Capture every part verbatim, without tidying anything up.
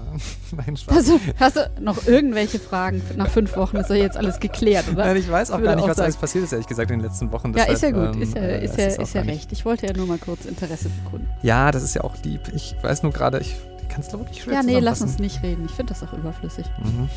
Nein, Spaß. Also, hast du noch irgendwelche Fragen? Nach fünf Wochen ist doch jetzt alles geklärt, oder? Nein, ich weiß auch Würde gar nicht, auch was sagen. alles passiert ist, ehrlich gesagt, in den letzten Wochen. Ja, Deshalb, ist ja gut, ähm, ist ja, äh, ist das ja, auch ist ja gar nicht- recht. Ich wollte ja nur mal kurz Interesse bekunden. Ja, das ist ja auch lieb. Ich weiß nur gerade, ich kann es wirklich schwer Ja, nee, lass uns zusammenfassen. nicht reden. Ich finde das auch überflüssig. Mhm.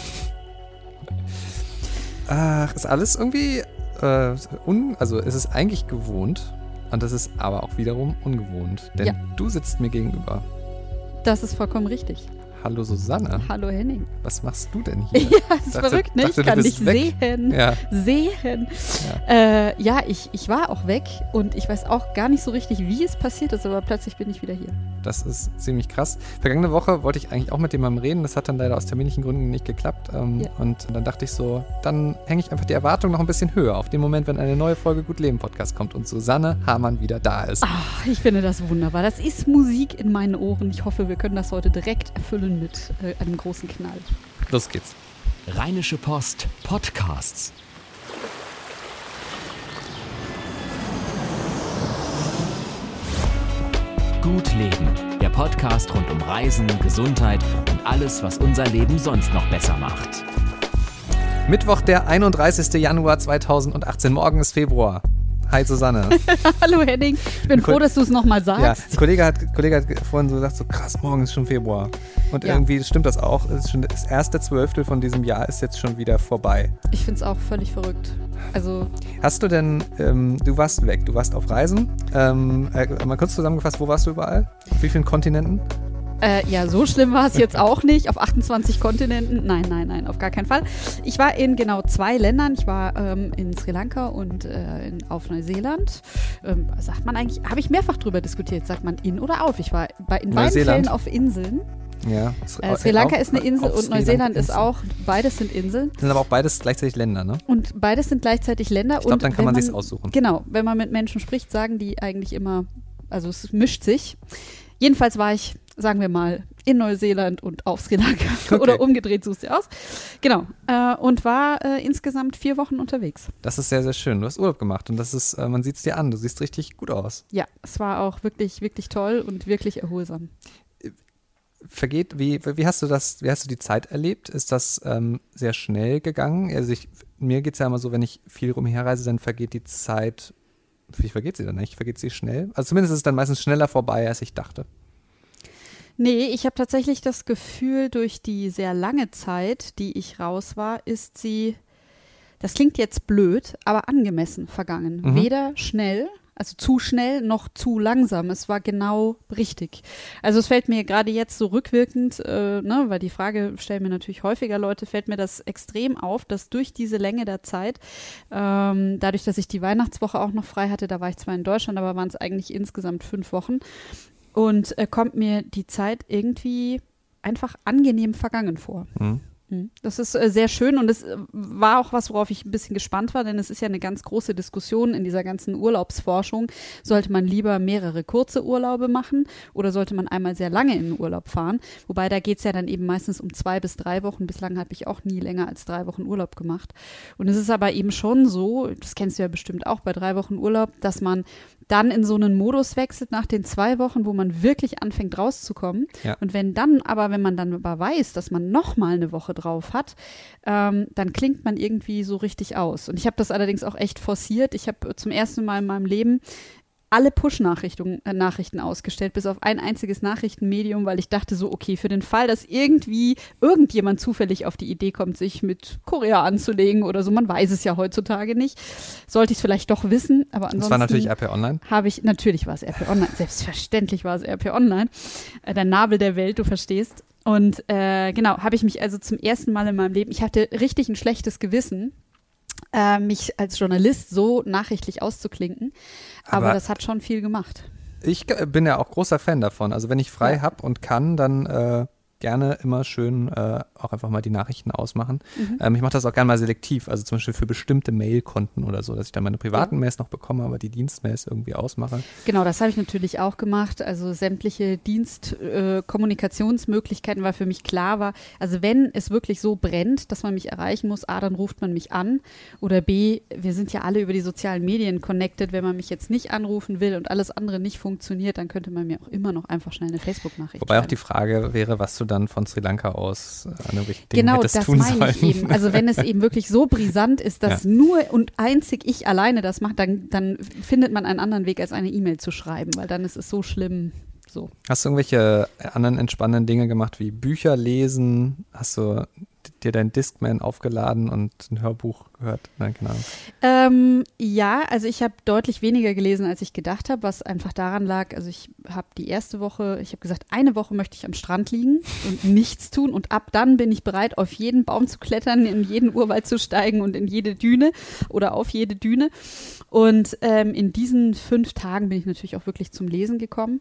Ach, ist alles irgendwie, äh, un, also es ist eigentlich gewohnt und das ist aber auch wiederum ungewohnt. Denn Ja. du sitzt mir gegenüber. Das ist vollkommen richtig. Hallo Susanne, Hallo Henning. was machst du denn hier? Ja, das ist Dachte- verrückt, ne? dachte, Ich du kann bist dich weg. sehen. Ja, Sehen. Ja, äh, ja ich, ich war auch weg und ich weiß auch gar nicht so richtig, wie es passiert ist, aber plötzlich bin ich wieder hier. das ist ziemlich krass. Vergangene Woche wollte ich eigentlich auch mit jemandem reden, das hat dann leider aus terminlichen Gründen nicht geklappt. Ähm, Ja. Und dann dachte ich so, dann hänge ich einfach die Erwartung noch ein bisschen höher auf den Moment, wenn eine neue Folge Gut Leben Podcast kommt und Susanne Hamann wieder da ist. Ach, ich finde das wunderbar. Das ist Musik in meinen Ohren. Ich hoffe, wir können das heute direkt erfüllen mit äh, einem großen Knall. Los geht's. Rheinische Post Podcasts. Gut Leben, der Podcast rund um Reisen, Gesundheit und alles, was unser Leben sonst noch besser macht. Mittwoch, der einunddreißigster Januar zweitausendachtzehn. Morgen ist Februar. Hi Susanne. Hallo Henning, ich bin Ko- froh, dass du es nochmal Ja, sagst. ein Kollege hat, Kollege hat vorhin so gesagt, so krass, morgen ist schon Februar. Und Ja. irgendwie stimmt das auch. Es ist schon das erste Zwölftel von diesem Jahr ist jetzt schon wieder vorbei. Ich finde es auch völlig verrückt. Also, Hast du denn, ähm, du warst weg, du warst auf Reisen. Ähm, äh, mal kurz zusammengefasst, wo warst du überall? Auf wie vielen Kontinenten? äh, ja, so schlimm war es jetzt auch nicht. Auf achtundzwanzig Kontinenten. Nein, nein, nein, auf gar keinen Fall. Ich war in genau zwei Ländern. Ich war ähm, in Sri Lanka und äh, in, auf Neuseeland. Ähm, sagt man eigentlich, habe ich mehrfach drüber diskutiert, sagt man in oder auf. Ich war bei, in beiden Neuseeland. Fällen auf Inseln. Ja. Äh, Sri Lanka auf- ist eine Insel auf und Sri Neuseeland Lanka ist auch, beides sind Inseln. Sind aber auch beides gleichzeitig Länder, ne? Und beides sind gleichzeitig Länder. Ich glaube, und dann kann wenn man sich's aussuchen. Genau, wenn man mit Menschen spricht, sagen die eigentlich immer, also es mischt sich. Jedenfalls war ich, sagen wir mal, in Neuseeland und auf Sri Lanka. Okay. Oder umgedreht, suchst du aus. Genau. Äh, und war äh, insgesamt vier Wochen unterwegs. Das ist sehr, sehr schön. Du hast Urlaub gemacht und das ist, äh, man sieht es dir an. Du siehst richtig gut aus. Ja, es war auch wirklich, wirklich toll und wirklich erholsam. Vergeht, wie, wie hast du das, wie hast du die Zeit erlebt? Ist das ähm, sehr schnell gegangen? Also ich, mir geht es ja immer so, wenn ich viel rumherreise, dann vergeht die Zeit, wie vergeht sie dann nicht? Vergeht sie schnell? Also zumindest ist es dann meistens schneller vorbei, als ich dachte. Nee, ich habe tatsächlich das Gefühl, durch die sehr lange Zeit, die ich raus war, ist sie, das klingt jetzt blöd, aber angemessen vergangen. Mhm. Weder schnell, also zu schnell, noch zu langsam. Es war genau richtig. Also es fällt mir gerade jetzt so rückwirkend, äh, ne, weil die Frage stellen mir natürlich häufiger Leute, fällt mir das extrem auf, dass durch diese Länge der Zeit, ähm, dadurch, dass ich die Weihnachtswoche auch noch frei hatte, da war ich zwar in Deutschland, aber waren es eigentlich insgesamt fünf Wochen, und äh, kommt mir die Zeit irgendwie einfach angenehm vergangen vor. Mhm. Mhm. Das ist äh, sehr schön und es äh, war auch was, worauf ich ein bisschen gespannt war, denn es ist ja eine ganz große Diskussion in dieser ganzen Urlaubsforschung. Sollte man lieber mehrere kurze Urlaube machen oder sollte man einmal sehr lange in den Urlaub fahren? Wobei da geht es ja dann eben meistens um zwei bis drei Wochen. Bislang habe ich auch nie länger als drei Wochen Urlaub gemacht. Und es ist aber eben schon so, das kennst du ja bestimmt auch bei drei Wochen Urlaub, dass man dann in so einen Modus wechselt nach den zwei Wochen, wo man wirklich anfängt rauszukommen. Ja. Und wenn dann aber, wenn man dann aber weiß, dass man noch mal eine Woche drauf hat, ähm, dann klingt man irgendwie so richtig aus. Und ich habe das allerdings auch echt forciert. Ich habe zum ersten Mal in meinem Leben alle Push-Nachrichten äh, Nachrichten ausgestellt, bis auf ein einziges Nachrichtenmedium, weil ich dachte so, okay, für den Fall, dass irgendwie irgendjemand zufällig auf die Idee kommt, sich mit Korea anzulegen oder so, man weiß es ja heutzutage nicht, sollte ich es vielleicht doch wissen, aber ansonsten Das war natürlich R P Online. habe ich, natürlich war es R P Online, selbstverständlich war es R P Online, äh, der Nabel der Welt, du verstehst. Und äh, genau, habe ich mich also zum ersten Mal in meinem Leben, ich hatte richtig ein schlechtes Gewissen, äh, mich als Journalist so nachrichtlich auszuklinken. Aber, Aber das hat schon viel gemacht. Ich g- bin ja auch großer Fan davon. Also wenn ich frei Ja. habe und kann, dann äh, gerne immer schön äh, auch einfach mal die Nachrichten ausmachen. Mhm. Ähm, ich mache das auch gerne mal selektiv, also zum Beispiel für bestimmte Mailkonten oder so, dass ich dann meine privaten Ja. Mails noch bekomme, aber die Dienstmails irgendwie ausmache. Genau, das habe ich natürlich auch gemacht. Also sämtliche Dienstkommunikationsmöglichkeiten, äh, weil für mich klar war, also wenn es wirklich so brennt, dass man mich erreichen muss, A, dann ruft man mich an oder B, wir sind ja alle über die sozialen Medien connected. Wenn man mich jetzt nicht anrufen will und alles andere nicht funktioniert, dann könnte man mir auch immer noch einfach schnell eine Facebook-Nachricht Wobei auch schreiben. die Frage wäre, was du dann dann von Sri Lanka aus an irgendwelchen Dingen Genau, hättest das tun meine sollen. ich eben. Also wenn es eben wirklich so brisant ist, dass Ja. nur und einzig ich alleine das mache, dann, dann findet man einen anderen Weg, als eine E-Mail zu schreiben, weil dann ist es so schlimm. So. Hast du irgendwelche anderen entspannenden Dinge gemacht, wie Bücher lesen? Hast du dir dein Discman aufgeladen und ein Hörbuch gehört? Nein, keine Ahnung. Ähm, ja, also ich habe deutlich weniger gelesen, als ich gedacht habe, was einfach daran lag, also ich habe die erste Woche, ich habe gesagt, eine Woche möchte ich am Strand liegen und nichts tun und ab dann bin ich bereit, auf jeden Baum zu klettern, in jeden Urwald zu steigen und in jede Düne oder auf jede Düne. Und ähm, in diesen fünf Tagen bin ich natürlich auch wirklich zum Lesen gekommen.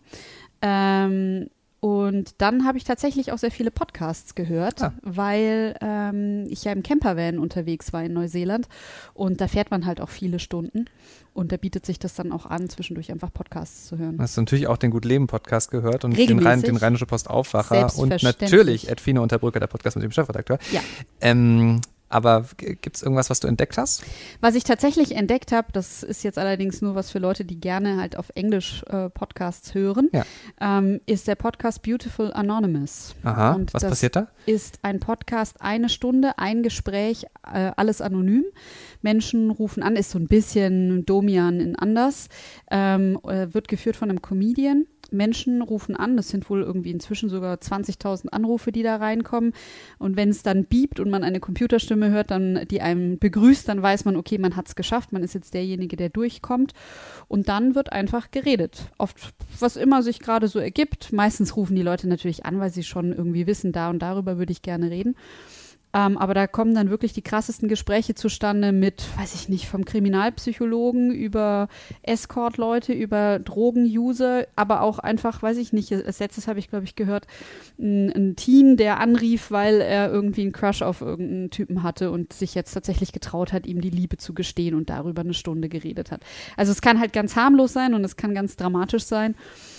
Ähm, Und dann habe ich tatsächlich auch sehr viele Podcasts gehört, Ah. weil ähm, ich ja im Campervan unterwegs war in Neuseeland und da fährt man halt auch viele Stunden und da bietet sich das dann auch an, zwischendurch einfach Podcasts zu hören. Hast du natürlich auch den Gut Leben Podcast gehört und den, Regelmäßig. Rhein, den Rheinische Post Aufwacher und Selbstverständlich. natürlich Edwine Unterbrücker, der Podcast mit dem Chefredakteur. Ja. Ähm, aber gibt es irgendwas, was du entdeckt hast? Was ich tatsächlich entdeckt habe, das ist jetzt allerdings nur was für Leute, die gerne halt auf Englisch äh, Podcasts hören, Ja. ähm, ist der Podcast Beautiful Anonymous. Aha, Und was das passiert da? Ist ein Podcast, eine Stunde, ein Gespräch, äh, alles anonym. Menschen rufen an, ist so ein bisschen Domian in anders, ähm, äh, wird geführt von einem Comedian. Menschen rufen an, das sind wohl irgendwie inzwischen sogar zwanzigtausend Anrufe, die da reinkommen. Und wenn es dann biebt und man eine Computerstimme hört, dann die einem begrüßt, dann weiß man, okay, man hat es geschafft, man ist jetzt derjenige, der durchkommt. Und dann wird einfach geredet. Oft, was immer sich gerade so ergibt. Meistens rufen die Leute natürlich an, weil sie schon irgendwie wissen, da und darüber würde ich gerne reden. Ähm, aber da kommen dann wirklich die krassesten Gespräche zustande mit, weiß ich nicht, vom Kriminalpsychologen über Escort-Leute, über Drogen-User, aber auch einfach, weiß ich nicht, als letztes habe ich, glaube ich, gehört, ein, ein Teen, der anrief, weil er irgendwie einen Crush auf irgendeinen Typen hatte und sich jetzt tatsächlich getraut hat, ihm die Liebe zu gestehen und darüber eine Stunde geredet hat. Also es kann halt ganz harmlos sein und es kann ganz dramatisch sein.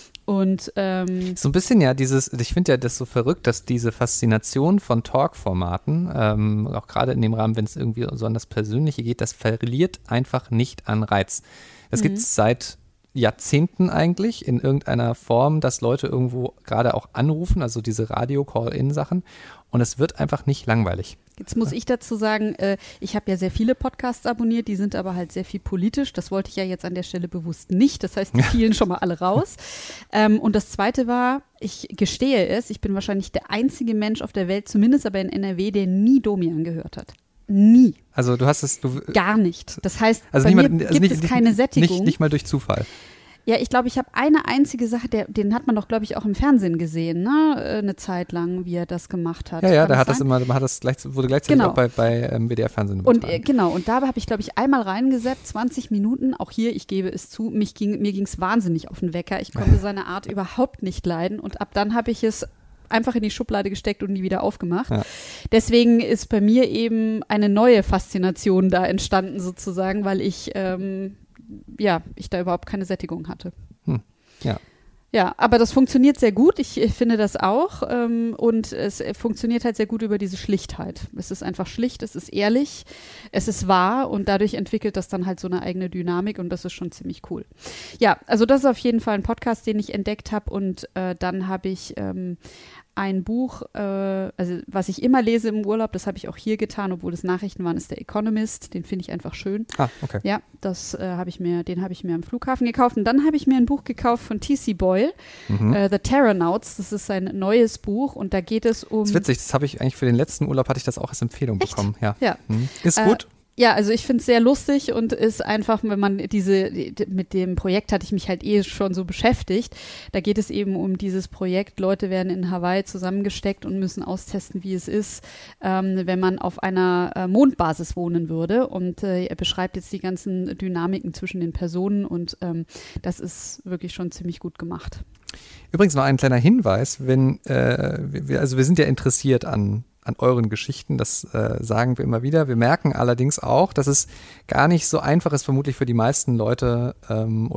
Und ähm, So ein bisschen ja dieses, ich finde ja das so verrückt, dass diese Faszination von Talk-Formaten, ähm, auch gerade in dem Rahmen, wenn es irgendwie so an das Persönliche geht, das verliert einfach nicht an Reiz. Das Mhm. gibt es seit Jahrzehnten eigentlich in irgendeiner Form, dass Leute irgendwo gerade auch anrufen, also diese Radio-Call-In-Sachen, und es wird einfach nicht langweilig. Jetzt muss ich dazu sagen, äh, ich habe ja sehr viele Podcasts abonniert, die sind aber halt sehr viel politisch. Das wollte ich ja jetzt an der Stelle bewusst nicht. Das heißt, die fielen schon mal alle raus. Ähm, und das Zweite war, ich gestehe es, ich bin wahrscheinlich der einzige Mensch auf der Welt, zumindest aber in N R W, der nie Domian gehört hat. Nie. Also du hast es, du, Gar nicht. Das heißt, also bei niemand, mir also gibt nicht, es keine nicht, Sättigung. Nicht, nicht mal durch Zufall. Ja, ich glaube, ich habe eine einzige Sache, der, den hat man doch, glaube ich, auch im Fernsehen gesehen, ne? Eine Zeit lang, wie er das gemacht hat. Ja, ja, Kann da das hat das sein? immer, man hat das gleich, wurde gleichzeitig Genau. auch bei, bei ähm, W D R-Fernsehen Und übertragen. äh, genau, und da habe ich, glaube ich, einmal reingesetzt, zwanzig Minuten, auch hier, ich gebe es zu, mich ging, mir ging es wahnsinnig auf den Wecker. Ich konnte seine Art überhaupt nicht leiden und ab dann habe ich es einfach in die Schublade gesteckt und nie wieder aufgemacht. Ja. Deswegen ist bei mir eben eine neue Faszination da entstanden sozusagen, weil ich, ähm, ja, ich da überhaupt keine Sättigung hatte. Hm. Ja. Ja, aber das funktioniert sehr gut. Ich, ich finde das auch. Ähm, und es funktioniert halt sehr gut über diese Schlichtheit. Es ist einfach schlicht, es ist ehrlich, es ist wahr und dadurch entwickelt das dann halt so eine eigene Dynamik und das ist schon ziemlich cool. Ja, also das ist auf jeden Fall ein Podcast, den ich entdeckt habe und äh, dann habe ich ähm, ein Buch, äh, also was ich immer lese im Urlaub, das habe ich auch hier getan, obwohl es Nachrichten waren, ist der Economist. Den finde ich einfach schön. Ah, okay. Ja, das äh, habe ich mir, den habe ich mir am Flughafen gekauft. Und dann habe ich mir ein Buch gekauft von T C Boyle, Mhm. äh, The Terranauts. Das ist sein neues Buch und da geht es um. Das ist witzig, das habe ich eigentlich für den letzten Urlaub, hatte ich das auch als Empfehlung Echt? bekommen. Ja. Ja. Mhm. Ist Äh, gut. Ja, also ich finde es sehr lustig und ist einfach, wenn man diese, mit dem Projekt hatte ich mich halt eh schon so beschäftigt. Da geht es eben um dieses Projekt. Leute werden in Hawaii zusammengesteckt und müssen austesten, wie es ist, ähm, wenn man auf einer äh, Mondbasis wohnen würde. Und äh, er beschreibt jetzt die ganzen Dynamiken zwischen den Personen und ähm, das ist wirklich schon ziemlich gut gemacht. Übrigens noch ein kleiner Hinweis, wenn, äh, wir, also wir sind ja interessiert an an euren Geschichten, das äh, sagen wir immer wieder. Wir merken allerdings auch, dass es gar nicht so einfach ist, vermutlich für die meisten Leute ähm, oder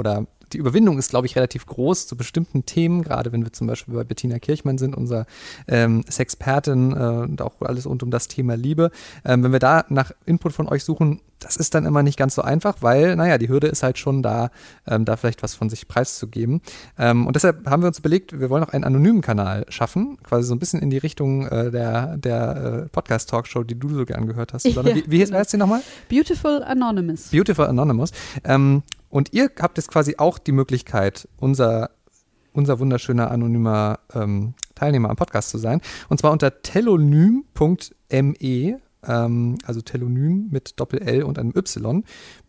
die Überwindung ist, glaube ich, relativ groß zu bestimmten Themen, gerade wenn wir zum Beispiel bei Bettina Kirchmann sind, unser ähm, Sexpertin äh, und auch alles rund um das Thema Liebe. Ähm, wenn wir da nach Input von euch suchen, das ist dann immer nicht ganz so einfach, weil, naja, die Hürde ist halt schon da, ähm, da vielleicht was von sich preiszugeben. Ähm, und deshalb haben wir uns überlegt, wir wollen auch einen anonymen Kanal schaffen, quasi so ein bisschen in die Richtung äh, der, der äh, Podcast-Talkshow, die du so gern gehört hast. Ja, wie wie genau. heißt die nochmal? Beautiful Anonymous. Beautiful Anonymous. Ähm, und ihr habt jetzt quasi auch die Möglichkeit, unser, unser wunderschöner anonymer ähm, Teilnehmer am Podcast zu sein. Und zwar unter telonym punkt me, ähm, also Telonym mit Doppel-L und einem Y,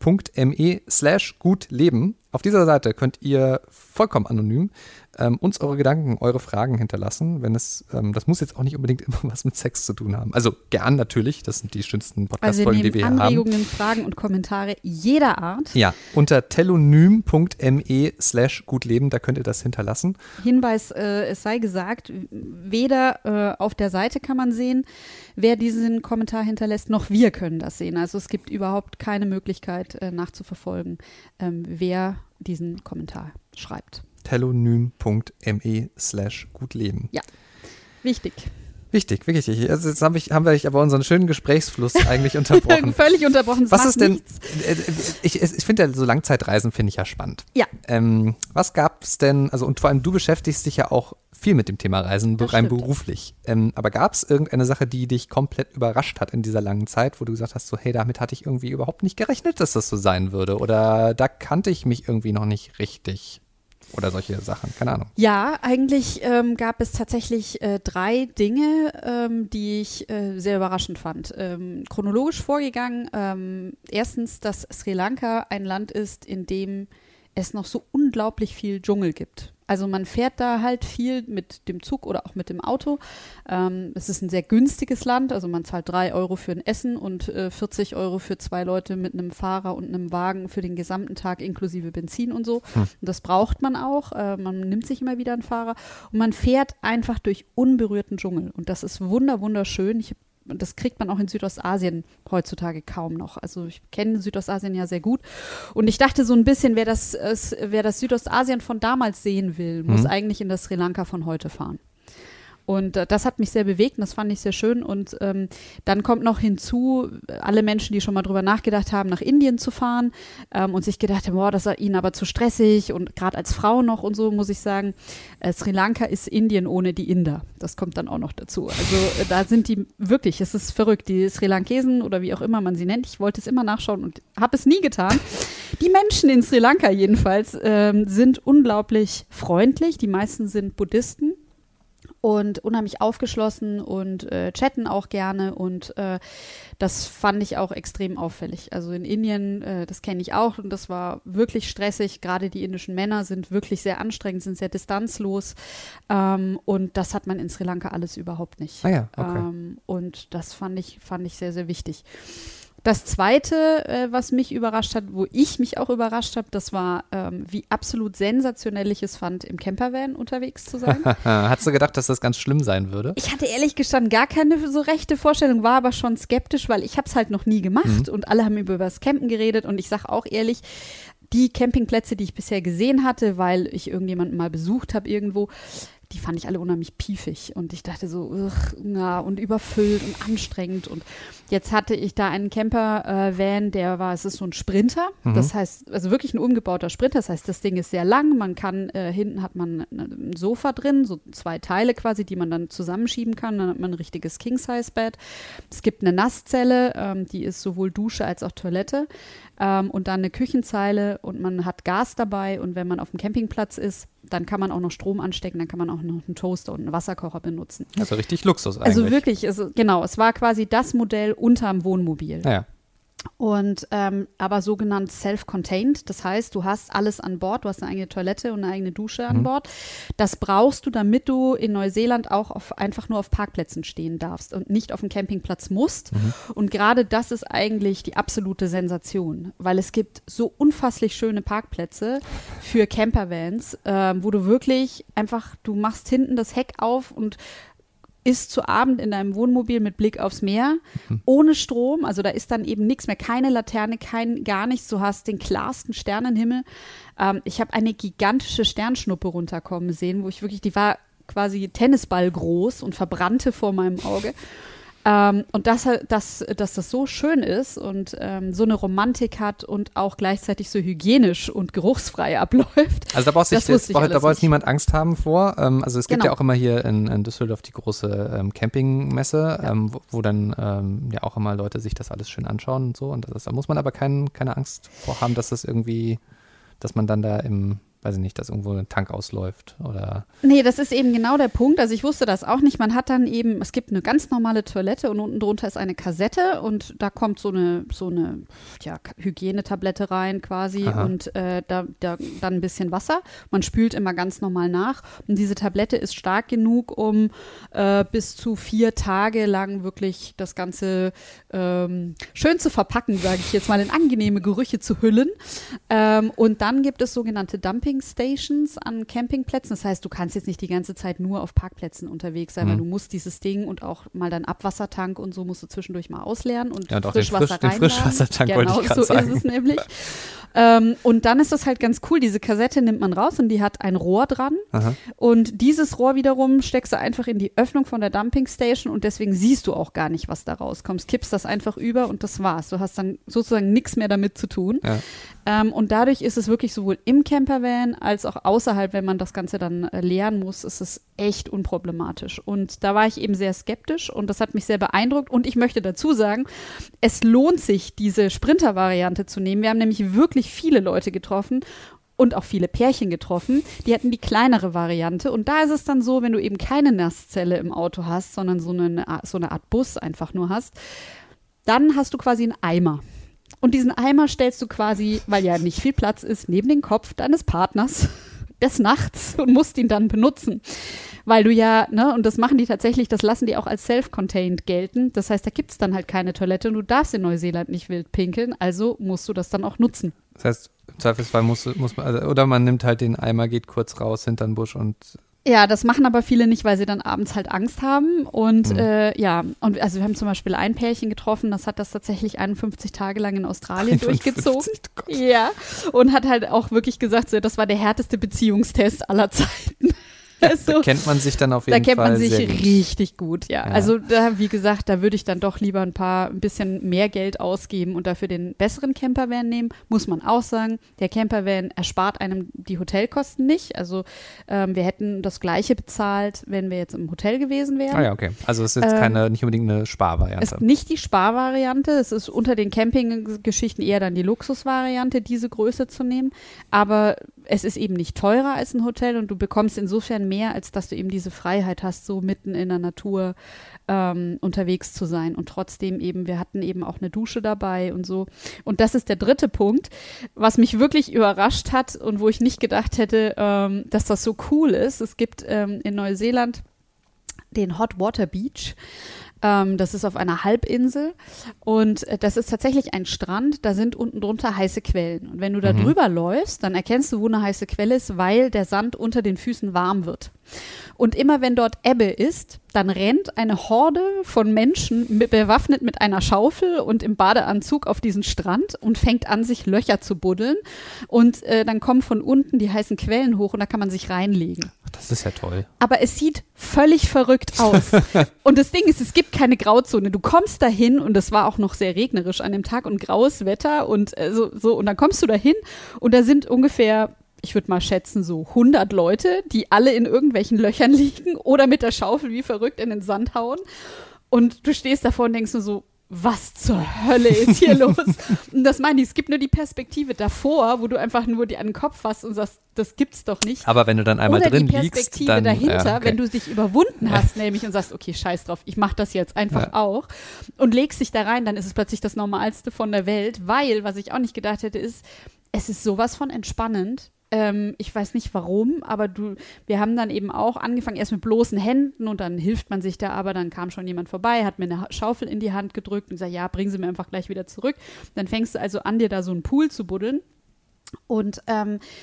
.me slash gut leben. Auf dieser Seite könnt ihr vollkommen anonym ähm, uns eure Gedanken, eure Fragen hinterlassen. Wenn es, ähm, das muss jetzt auch nicht unbedingt immer was mit Sex zu tun haben. Also gern natürlich, das sind die schönsten Podcast-Folgen, also wir die wir hier Anregungen, haben. Fragen und Kommentare jeder Art. Ja, unter telonym punkt me slash gut leben, da könnt ihr das hinterlassen. Hinweis, äh, es sei gesagt, weder äh, auf der Seite kann man sehen, wer diesen Kommentar hinterlässt, noch wir können das sehen. Also es gibt überhaupt keine Möglichkeit äh, nachzuverfolgen, ähm, wer diesen Kommentar schreibt. telonym punkt me slash gut leben. Ja, wichtig. Wichtig, wirklich wichtig. Also jetzt hab ich, haben wir aber unseren schönen Gesprächsfluss eigentlich unterbrochen. Völlig unterbrochen. Was ist denn, nichts. ich, ich finde ja so Langzeitreisen finde ich ja spannend. Ja. Ähm, was gab es denn, also und vor allem du beschäftigst dich ja auch viel mit dem Thema Reisen, Das rein stimmt. beruflich. Ähm, aber gab es irgendeine Sache, die dich komplett überrascht hat in dieser langen Zeit, wo du gesagt hast, so hey, damit hatte ich irgendwie überhaupt nicht gerechnet, dass das so sein würde oder da kannte ich mich irgendwie noch nicht richtig? Oder solche Sachen, keine Ahnung. Ja, eigentlich ähm, gab es tatsächlich äh, drei Dinge, ähm, die ich äh, sehr überraschend fand. Ähm, chronologisch vorgegangen. Ähm, erstens, dass Sri Lanka ein Land ist, in dem es noch so unglaublich viel Dschungel gibt. Also man fährt da halt viel mit dem Zug oder auch mit dem Auto. Ähm, es ist ein sehr günstiges Land, also man zahlt drei Euro für ein Essen und äh, vierzig Euro für zwei Leute mit einem Fahrer und einem Wagen für den gesamten Tag inklusive Benzin und so. Hm. Und das braucht man auch. Äh, man nimmt sich immer wieder einen Fahrer und man fährt einfach durch unberührten Dschungel. Und das ist wunder wunderschön. Ich Und das kriegt man auch in Südostasien heutzutage kaum noch. Also ich kenne Südostasien ja sehr gut. Und ich dachte so ein bisschen, wer das, es, wer das Südostasien von damals sehen will, muss mhm. eigentlich in das Sri Lanka von heute fahren. Und äh, das hat mich sehr bewegt und das fand ich sehr schön. Und ähm, dann kommt noch hinzu, alle Menschen, die schon mal drüber nachgedacht haben, nach Indien zu fahren ähm, und sich gedacht haben, boah, das ist ihnen aber zu stressig und gerade als Frau noch und so, muss ich sagen, äh, Sri Lanka ist Indien ohne die Inder. Das kommt dann auch noch dazu. Also äh, da sind die wirklich, es ist verrückt, die Sri Lankesen oder wie auch immer man sie nennt, ich wollte es immer nachschauen und habe es nie getan. Die Menschen in Sri Lanka jedenfalls ähm, sind unglaublich freundlich. Die meisten sind Buddhisten. Und unheimlich aufgeschlossen und äh, chatten auch gerne und äh, das fand ich auch extrem auffällig. Also in Indien, äh, das kenne ich auch und das war wirklich stressig. Gerade die indischen Männer sind wirklich sehr anstrengend, sind sehr distanzlos ähm, und das hat man in Sri Lanka alles überhaupt nicht. Ah ja, okay. Ähm, und das fand ich, fand ich sehr, sehr wichtig. Das Zweite, äh, was mich überrascht hat, wo ich mich auch überrascht habe, das war, ähm, wie absolut sensationell ich es fand, im Campervan unterwegs zu sein. Hattest du gedacht, dass das ganz schlimm sein würde? Ich hatte ehrlich gestanden gar keine so rechte Vorstellung, war aber schon skeptisch, weil ich habe es halt noch nie gemacht mhm. und alle haben über das Campen geredet und ich sage auch ehrlich, die Campingplätze, die ich bisher gesehen hatte, weil ich irgendjemanden mal besucht habe irgendwo, die fand ich alle unheimlich piefig und ich dachte so, ugh, na, und überfüllt und anstrengend und jetzt hatte ich da einen Camper-Van, äh, der war, es ist so ein Sprinter, mhm. das heißt, also wirklich ein umgebauter Sprinter, das heißt, das Ding ist sehr lang, man kann, äh, hinten hat man ein Sofa drin, so zwei Teile quasi, die man dann zusammenschieben kann, dann hat man ein richtiges King-Size-Bett, es gibt eine Nasszelle, ähm, die ist sowohl Dusche als auch Toilette ähm, und dann eine Küchenzeile und man hat Gas dabei und wenn man auf dem Campingplatz ist, dann kann man auch noch Strom anstecken, dann kann man auch noch einen Toaster und einen Wasserkocher benutzen. Also richtig Luxus eigentlich. Also wirklich, also genau, es war quasi das Modell unterm Wohnmobil. Ja. Und ähm, aber sogenannt self-contained, das heißt, du hast alles an Bord, du hast eine eigene Toilette und eine eigene Dusche an mhm. Bord. Das brauchst du, damit du in Neuseeland auch auf, einfach nur auf Parkplätzen stehen darfst und nicht auf dem Campingplatz musst. Mhm. Und gerade das ist eigentlich die absolute Sensation, weil es gibt so unfasslich schöne Parkplätze für Campervans, äh, wo du wirklich einfach, du machst hinten das Heck auf und isst zu Abend in deinem Wohnmobil mit Blick aufs Meer, mhm. ohne Strom, also da ist dann eben nichts mehr, keine Laterne, kein gar nichts, du hast den klarsten Sternenhimmel. Ähm, ich habe eine gigantische Sternschnuppe runterkommen sehen, wo ich wirklich, die war quasi Tennisball groß und verbrannte vor meinem Auge. Ähm, und dass, dass, dass das so schön ist und ähm, so eine Romantik hat und auch gleichzeitig so hygienisch und geruchsfrei abläuft. Also da brauchst das jetzt, ich da braucht nicht. niemand Angst haben vor. Ähm, also es gibt Genau. ja auch immer hier in, in Düsseldorf die große ähm, Campingmesse, Ja. ähm, wo, wo dann ähm, ja auch immer Leute sich das alles schön anschauen und so. Und das ist, da muss man aber kein, keine Angst vor haben, dass das irgendwie, dass man dann da im weiß ich nicht, dass irgendwo ein Tank ausläuft oder. Nee, das ist eben genau der Punkt. Also ich wusste das auch nicht. Man hat dann eben, es gibt eine ganz normale Toilette und unten drunter ist eine Kassette und da kommt so eine, so eine ja, Hygienetablette rein quasi Aha. und äh, da, da dann ein bisschen Wasser. Man spült immer ganz normal nach und diese Tablette ist stark genug, um äh, bis zu vier Tage lang wirklich das Ganze ähm, schön zu verpacken, sage ich jetzt mal, in angenehme Gerüche zu hüllen. Ähm, und dann gibt es sogenannte Dumping Stations an Campingplätzen. Das heißt, du kannst jetzt nicht die ganze Zeit nur auf Parkplätzen unterwegs sein, Mhm. weil du musst dieses Ding und auch mal deinen Abwassertank und so musst du zwischendurch mal ausleeren und Ja, und auch den, Frischwasser Frisch, den reinladen. Frischwassertank Genau, wollte ich gerade so sagen. ist es nämlich. ähm, und dann ist das halt ganz cool. Diese Kassette nimmt man raus und die hat ein Rohr dran. Aha. Und dieses Rohr wiederum steckst du einfach in die Öffnung von der Dumping Station und deswegen siehst du auch gar nicht, was da rauskommt. Kippst das einfach über und das war's. Du hast dann sozusagen nichts mehr damit zu tun. Ja. Ähm, und dadurch ist es wirklich sowohl im Campervan als auch außerhalb, wenn man das Ganze dann äh, leeren muss, ist es echt unproblematisch. Und da war ich eben sehr skeptisch und das hat mich sehr beeindruckt. Und ich möchte dazu sagen, es lohnt sich, diese Sprinter-Variante zu nehmen. Wir haben nämlich wirklich viele Leute getroffen und auch viele Pärchen getroffen, die hatten die kleinere Variante. Und da ist es dann so, wenn du eben keine Nasszelle im Auto hast, sondern so eine, so eine Art Bus einfach nur hast, dann hast du quasi einen Eimer. Und diesen Eimer stellst du quasi, weil ja nicht viel Platz ist, neben den Kopf deines Partners des Nachts und musst ihn dann benutzen. Weil du ja, ne, und das machen die tatsächlich, das lassen die auch als self-contained gelten. Das heißt, da gibt es dann halt keine Toilette und du darfst in Neuseeland nicht wild pinkeln, also musst du das dann auch nutzen. Das heißt, im Zweifelsfall muss, muss man, also, oder man nimmt halt den Eimer, geht kurz raus hinter den Busch und Ja, das machen aber viele nicht, weil sie dann abends halt Angst haben. Und Mhm. äh, ja, und also wir haben zum Beispiel ein Pärchen getroffen, das hat das tatsächlich einundfünfzig Tage lang in Australien durchgezogen. einundfünfzig, Gott. Ja, und hat halt auch wirklich gesagt, so, das war der härteste Beziehungstest aller Zeiten. Also, Da kennt man sich dann auf jeden da kennt Fall man sich sehr gut. richtig gut, ja. Ja. Also da, wie gesagt, da würde ich dann doch lieber ein paar, ein bisschen mehr Geld ausgeben und dafür den besseren Campervan nehmen. Muss man auch sagen, der Campervan erspart einem die Hotelkosten nicht. Also ähm, wir hätten das Gleiche bezahlt, wenn wir jetzt im Hotel gewesen wären. Ah ja, okay. Also es ist jetzt Ähm, keine, nicht unbedingt eine Es Sparvariante. ist nicht die Sparvariante, es ist unter den Campinggeschichten eher dann die Luxusvariante, diese Größe zu nehmen. Aber es ist eben nicht teurer als ein Hotel und du bekommst insofern mehr, als dass du eben diese Freiheit hast, so mitten in der Natur ähm, unterwegs zu sein. Und trotzdem eben, wir hatten eben auch eine Dusche dabei und so. Und das ist der dritte Punkt, was mich wirklich überrascht hat und wo ich nicht gedacht hätte, ähm, dass das so cool ist. Es gibt ähm, in Neuseeland den Hot Water Beach. Ähm, das ist auf einer Halbinsel und äh, das ist tatsächlich ein Strand, da sind unten drunter heiße Quellen. Und wenn du da Mhm. drüber läufst, dann erkennst du, wo eine heiße Quelle ist, weil der Sand unter den Füßen warm wird. Und immer wenn dort Ebbe ist, dann rennt eine Horde von Menschen mit, bewaffnet mit einer Schaufel und im Badeanzug auf diesen Strand und fängt an, sich Löcher zu buddeln. Und äh, dann kommen von unten die heißen Quellen hoch und da kann man sich reinlegen. Ach, das ist ja toll. Aber es sieht völlig verrückt aus. Und das Ding ist, es gibt keine Grauzone. Du kommst dahin und es war auch noch sehr regnerisch an dem Tag und graues Wetter und äh, so, so und dann kommst du dahin und da sind ungefähr, ich würde mal schätzen, so hundert Leute, die alle in irgendwelchen Löchern liegen oder mit der Schaufel wie verrückt in den Sand hauen. Und du stehst davor und denkst nur so, was zur Hölle ist hier los? Und das meine ich, es gibt nur die Perspektive davor, wo du einfach nur die an den Kopf fasst und sagst, das gibt's doch nicht. Aber wenn du dann einmal Oder drin die liegst, Perspektive dann dahinter, ja, okay. wenn du dich überwunden hast, nämlich und sagst, okay, scheiß drauf, ich mach das jetzt einfach Ja. auch und legst dich da rein, dann ist es plötzlich das Normalste von der Welt, weil, was ich auch nicht gedacht hätte, ist, es ist sowas von entspannend. Ähm, ich weiß nicht warum, aber du, wir haben dann eben auch angefangen, erst mit bloßen Händen und dann hilft man sich da, aber dann kam schon jemand vorbei, hat mir eine Schaufel in die Hand gedrückt und gesagt, ja, bringen Sie mir einfach gleich wieder zurück. Dann fängst du also an, dir da so einen Pool zu buddeln und ähm,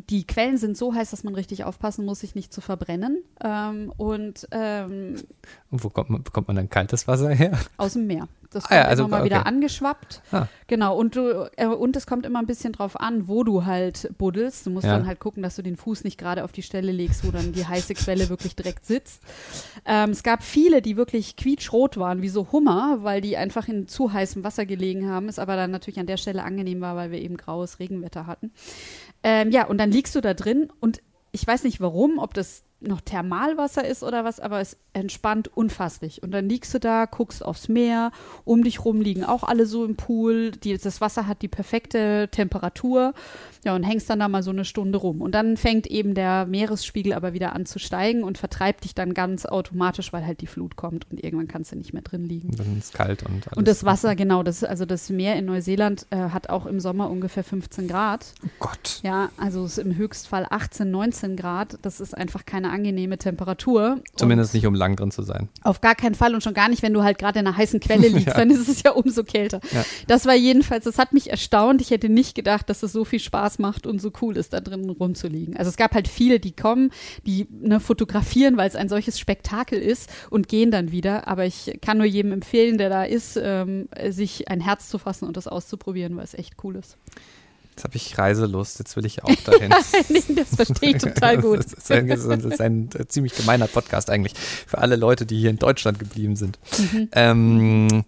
die Quellen sind so heiß, dass man richtig aufpassen muss, sich nicht zu verbrennen. Ähm, und ähm, Und wo kommt man, bekommt man dann kaltes Wasser her? Aus dem Meer. Das Ah kommt ja, also, immer mal okay. wieder angeschwappt. Ah. Genau, und, du, äh, und es kommt immer ein bisschen drauf an, wo du halt buddelst. Du musst Ja. dann halt gucken, dass du den Fuß nicht gerade auf die Stelle legst, wo dann die heiße Quelle wirklich direkt sitzt. Ähm, es gab viele, die wirklich quietschrot waren, wie so Hummer, weil die einfach in zu heißem Wasser gelegen haben, es aber dann natürlich an der Stelle angenehm war, weil wir eben graues Regenwetter hatten. Ähm, ja, und dann liegst du da drin und ich weiß nicht warum, ob das noch Thermalwasser ist oder was, aber es entspannt unfasslich. Und dann liegst du da, guckst aufs Meer, um dich rum liegen auch alle so im Pool, die, das Wasser hat die perfekte Temperatur, ja, und hängst dann da mal so eine Stunde rum. Und dann fängt eben der Meeresspiegel aber wieder an zu steigen und vertreibt dich dann ganz automatisch, weil halt die Flut kommt und irgendwann kannst du nicht mehr drin liegen. Und dann ist es kalt und alles. Und das Wasser, genau, das, also das Meer in Neuseeland äh, hat auch im Sommer ungefähr fünfzehn Grad. Oh Gott. Ja, also es ist im Höchstfall achtzehn, neunzehn Grad. Das ist einfach keine angenehme Temperatur. Zumindest und nicht, um lang drin zu sein. auf gar keinen Fall und schon gar nicht, wenn du halt gerade in einer heißen Quelle liegst, Ja. dann ist es ja umso kälter. Ja. Das war jedenfalls, das hat mich erstaunt. Ich hätte nicht gedacht, dass es so viel Spaß macht und so cool ist, da drin rumzuliegen. Also es gab halt viele, die kommen, die ne, fotografieren, weil es ein solches Spektakel ist und gehen dann wieder. Aber ich kann nur jedem empfehlen, der da ist, ähm, sich ein Herz zu fassen und das auszuprobieren, weil es echt cool ist. Jetzt habe ich Reiselust, jetzt will ich auch dahin. Das verstehe ich total gut. Das ist, ein, das ist ein äh, ziemlich gemeiner Podcast eigentlich für alle Leute, die hier in Deutschland geblieben sind. Mhm. Ähm,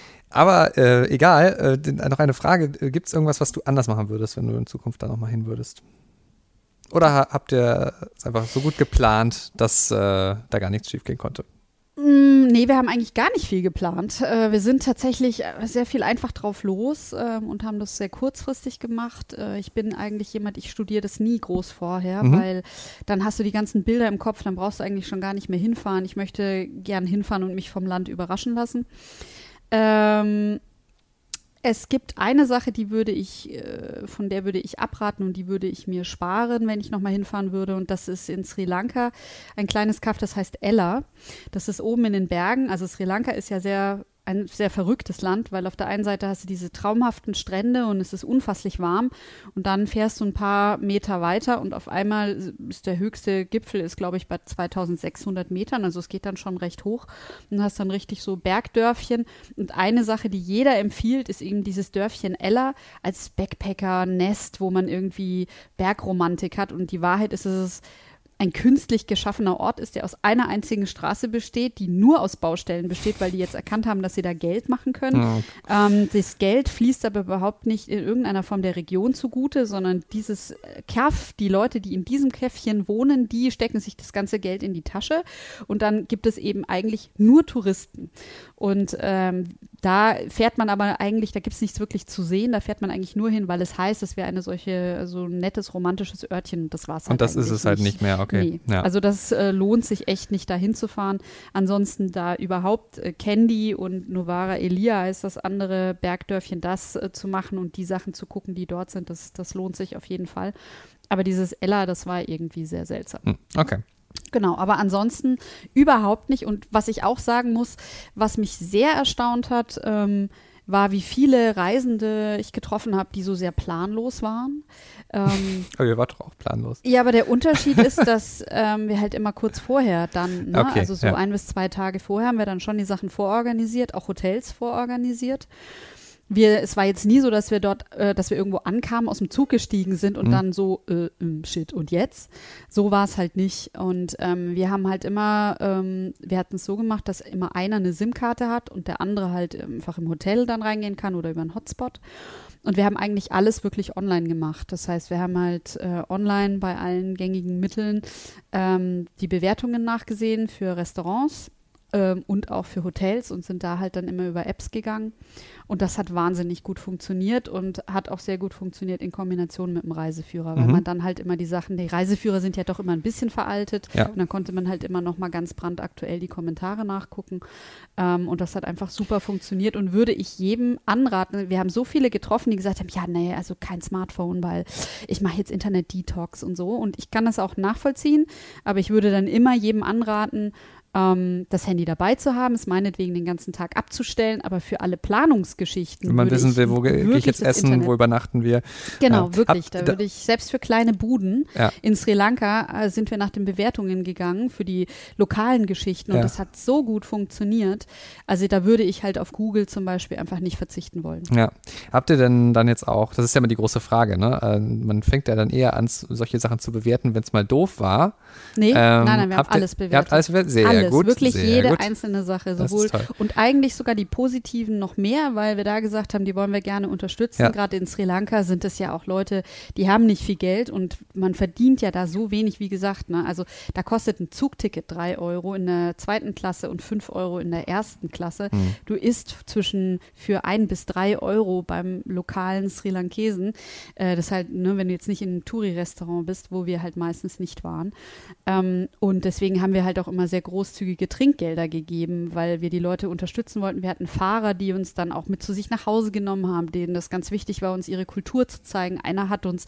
aber äh, egal, äh, noch eine Frage. Gibt es irgendwas, was du anders machen würdest, wenn du in Zukunft da nochmal hin würdest? Oder ha- habt ihr es einfach so gut geplant, dass äh, da gar nichts schief gehen konnte? Mm, Nee, wir haben eigentlich gar nicht viel geplant. Äh, wir sind tatsächlich äh, sehr viel einfach drauf los ähm, und haben das sehr kurzfristig gemacht. Äh, ich bin eigentlich jemand, ich studiere das nie groß vorher, Mhm. weil dann hast du die ganzen Bilder im Kopf, dann brauchst du eigentlich schon gar nicht mehr hinfahren. Ich möchte gern hinfahren und mich vom Land überraschen lassen. Ähm, Es gibt eine Sache, die würde ich, äh, von der würde ich abraten und die würde ich mir sparen, wenn ich nochmal hinfahren würde. Und das ist in Sri Lanka ein kleines Kaff, das heißt Ella. Das ist oben in den Bergen. Also Sri Lanka ist ja sehr ein sehr verrücktes Land, weil auf der einen Seite hast du diese traumhaften Strände und es ist unfasslich warm und dann fährst du ein paar Meter weiter und auf einmal ist der höchste Gipfel, ist glaube ich bei zweitausendsechshundert Metern, also es geht dann schon recht hoch und du hast dann richtig so Bergdörfchen und eine Sache, die jeder empfiehlt, ist eben dieses Dörfchen Ella als Backpacker-Nest, wo man irgendwie Bergromantik hat und die Wahrheit ist, es ist ein künstlich geschaffener Ort ist, der aus einer einzigen Straße besteht, die nur aus Baustellen besteht, weil die jetzt erkannt haben, dass sie da Geld machen können. Ja. Ähm, das Geld fließt aber überhaupt nicht in irgendeiner Form der Region zugute, sondern dieses Kaff, die Leute, die in diesem Käffchen wohnen, die stecken sich das ganze Geld in die Tasche und dann gibt es eben eigentlich nur Touristen. Und ähm, da fährt man aber eigentlich, da gibt es nichts wirklich zu sehen, da fährt man eigentlich nur hin, weil es heißt, es wäre eine solche, so ein nettes, romantisches Örtchen und das war es halt Und das ist eigentlich es halt nicht mehr, okay. Nee. Ja. Also das äh, lohnt sich echt nicht, da hinzufahren. Ansonsten da überhaupt äh, Kandy und Novara Elia heißt das andere Bergdörfchen, das äh, zu machen und die Sachen zu gucken, die dort sind, das, das lohnt sich auf jeden Fall. Aber dieses Ella, das war irgendwie sehr seltsam. Hm, okay. Genau, aber ansonsten überhaupt nicht. Und was ich auch sagen muss, was mich sehr erstaunt hat, ähm, war, wie viele Reisende ich getroffen habe, die so sehr planlos waren. Ähm, Aber ihr wart doch auch planlos. ja, aber der Unterschied ist, dass ähm, wir halt immer kurz vorher dann, ne? Okay, also so ja. ein bis zwei Tage vorher haben wir dann schon die Sachen vororganisiert, auch Hotels vororganisiert. Wir, es war jetzt nie so, dass wir dort, äh, dass wir irgendwo ankamen, aus dem Zug gestiegen sind und Mhm. dann so, äh, ähm, shit, und jetzt? So war es halt nicht. Und ähm, wir haben halt immer, ähm, wir hatten es so gemacht, dass immer einer eine SIM-Karte hat und der andere halt einfach im Hotel dann reingehen kann oder über einen Hotspot. Und wir haben eigentlich alles wirklich online gemacht. Das heißt, wir haben halt äh, online bei allen gängigen Mitteln ähm, die Bewertungen nachgesehen für Restaurants ähm, und auch für Hotels und sind da halt dann immer über Apps gegangen. Und das hat wahnsinnig gut funktioniert und hat auch sehr gut funktioniert in Kombination mit dem Reiseführer, weil Mhm. man dann halt immer die Sachen, die Reiseführer sind ja doch immer ein bisschen veraltet Ja. und dann konnte man halt immer noch mal ganz brandaktuell die Kommentare nachgucken ähm, und das hat einfach super funktioniert und würde ich jedem anraten, wir haben so viele getroffen, die gesagt haben, ja, nee, also kein Smartphone, weil ich mache jetzt Internet-Detox und so und ich kann das auch nachvollziehen, aber ich würde dann immer jedem anraten, ähm, das Handy dabei zu haben, es meinetwegen den ganzen Tag abzustellen, aber für alle Planungsgeschichten Wenn man würde wissen ich will, wo gehe ich jetzt essen, Internet, wo übernachten wir. Genau, ja. wirklich. Hab, da da, würde ich, selbst für kleine Buden, ja. in Sri Lanka äh, sind wir nach den Bewertungen gegangen für die lokalen Geschichten und ja. das hat so gut funktioniert. Also da würde ich halt auf Google zum Beispiel einfach nicht verzichten wollen. Ja. Habt ihr denn dann jetzt auch, das ist ja immer die große Frage, ne? Äh, man fängt ja dann eher an, solche Sachen zu bewerten, wenn es mal doof war. Nee, ähm, nein, nein, wir haben ihr, alles bewertet. Ihr habt alles bewertet? Sehr alles, gut. Wirklich sehr jede gut. einzelne Sache. Das Sowohl ist toll. und eigentlich sogar die positiven noch mehr, weil wir da gesagt haben, die wollen wir gerne unterstützen. Ja. Gerade in Sri Lanka sind es ja auch Leute, die haben nicht viel Geld und man verdient ja da so wenig, wie gesagt. Ne? Also da kostet ein Zugticket drei Euro in der zweiten Klasse und fünf Euro in der ersten Klasse. Mhm. Du isst zwischen für ein bis drei Euro beim lokalen Sri Lankesen. Äh, das halt, ne, wenn du jetzt nicht in einem Touri-Restaurant bist, wo wir halt meistens nicht waren. Ähm, und deswegen haben wir halt auch immer sehr großzügige Trinkgelder gegeben, weil wir die Leute unterstützen wollten. Wir hatten Fahrer, die uns dann auch mit zu sich nach Hause genommen haben, denen das ganz wichtig war, uns ihre Kultur zu zeigen. Einer hat uns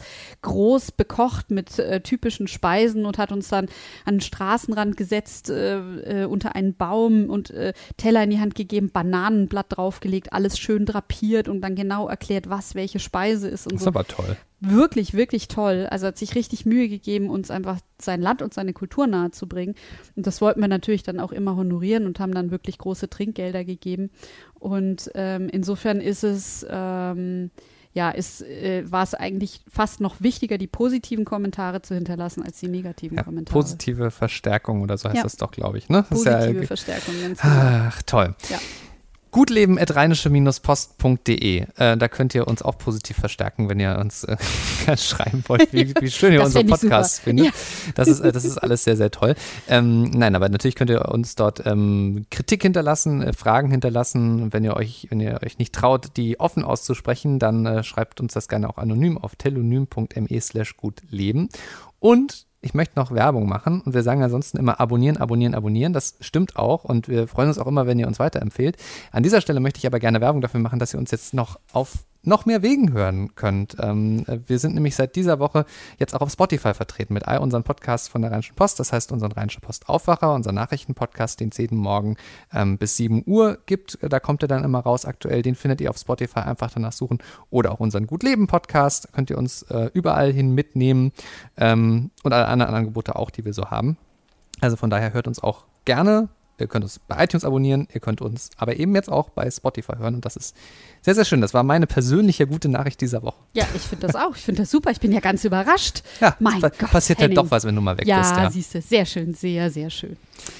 groß bekocht mit äh, typischen Speisen und hat uns dann an den Straßenrand gesetzt, äh, äh, unter einen Baum und äh, Teller in die Hand gegeben, Bananenblatt draufgelegt, alles schön drapiert und dann genau erklärt, was welche Speise ist und Das ist so. aber toll. Wirklich, wirklich toll. Also hat sich richtig Mühe gegeben, uns einfach sein Land und seine Kultur nahezubringen. Und das wollten wir natürlich dann auch immer honorieren und haben dann wirklich große Trinkgelder gegeben. Und ähm, insofern ist es, ähm, ja, ist, äh, war es eigentlich fast noch wichtiger, die positiven Kommentare zu hinterlassen, als die negativen Ja, Kommentare. positive Verstärkung oder so heißt Ja. das doch, glaube ich. Ne? Das Positive ist ja, Verstärkung, ganz genau. ach, toll. Ja. gutleben at rheinische Post punkt de. Äh, da könnt ihr uns auch positiv verstärken, wenn ihr uns äh, schreiben wollt, wie, wie schön ihr Das unseren fänd ich Podcast super. findet. Ja. Das ist, äh, das ist alles sehr, sehr toll. Ähm, nein, aber natürlich könnt ihr uns dort ähm, Kritik hinterlassen, äh, Fragen hinterlassen. Wenn ihr euch, wenn ihr euch nicht traut, die offen auszusprechen, dann äh, schreibt uns das gerne auch anonym auf telonym punkt me slash gutleben. Und ich möchte noch Werbung machen und wir sagen ansonsten immer abonnieren, abonnieren, abonnieren. Das stimmt auch und wir freuen uns auch immer, wenn ihr uns weiterempfehlt. An dieser Stelle möchte ich aber gerne Werbung dafür machen, dass ihr uns jetzt noch auf noch mehr Wegen hören könnt. Ähm, wir sind nämlich seit dieser Woche jetzt auch auf Spotify vertreten mit all unseren Podcasts von der Rheinischen Post. Das heißt, unseren Rheinische Post Aufwacher, unser Nachrichtenpodcast, den es jeden Morgen ähm, bis sieben Uhr gibt. Da kommt er dann immer raus aktuell. Den findet ihr auf Spotify. Einfach danach suchen. Oder auch unseren Gutleben-Podcast. Könnt ihr uns äh, überall hin mitnehmen. Ähm, und alle anderen Angebote auch, die wir so haben. Also von daher hört uns auch gerne. Ihr könnt uns bei iTunes abonnieren, ihr könnt uns aber eben jetzt auch bei Spotify hören und das ist sehr, sehr schön. Das war meine persönliche gute Nachricht dieser Woche. Ja, ich finde das auch. Ich finde das super. Ich bin ja ganz überrascht. Ja, mein pa- Gott, passiert Henning. halt doch was, wenn du mal weg ja, bist. Ja, siehst du, sehr schön, sehr, sehr schön.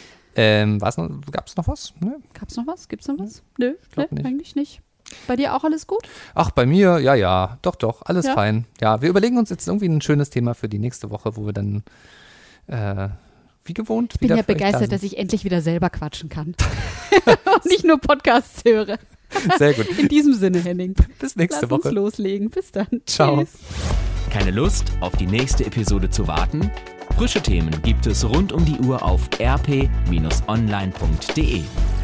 ähm, war's noch, gab's noch was? Ne? Gab's noch was? Gibt's noch was? Nö, glaub ne, nicht. eigentlich nicht. Bei dir auch alles gut? Ach, bei mir, ja, ja, doch, doch, alles Ja. fein. Ja, wir überlegen uns jetzt irgendwie ein schönes Thema für die nächste Woche, wo wir dann äh, wie gewohnt Ich bin wieder ja für euch da begeistert, sind. dass ich endlich wieder selber quatschen kann. Und nicht nur Podcasts höre. Sehr gut. In diesem Sinne, Henning. Bis nächste Lass Woche. uns loslegen. Bis dann. Ciao. Tschüss. Keine Lust, auf die nächste Episode zu warten? Frische Themen gibt es rund um die Uhr auf r p Bindestrich online punkt de.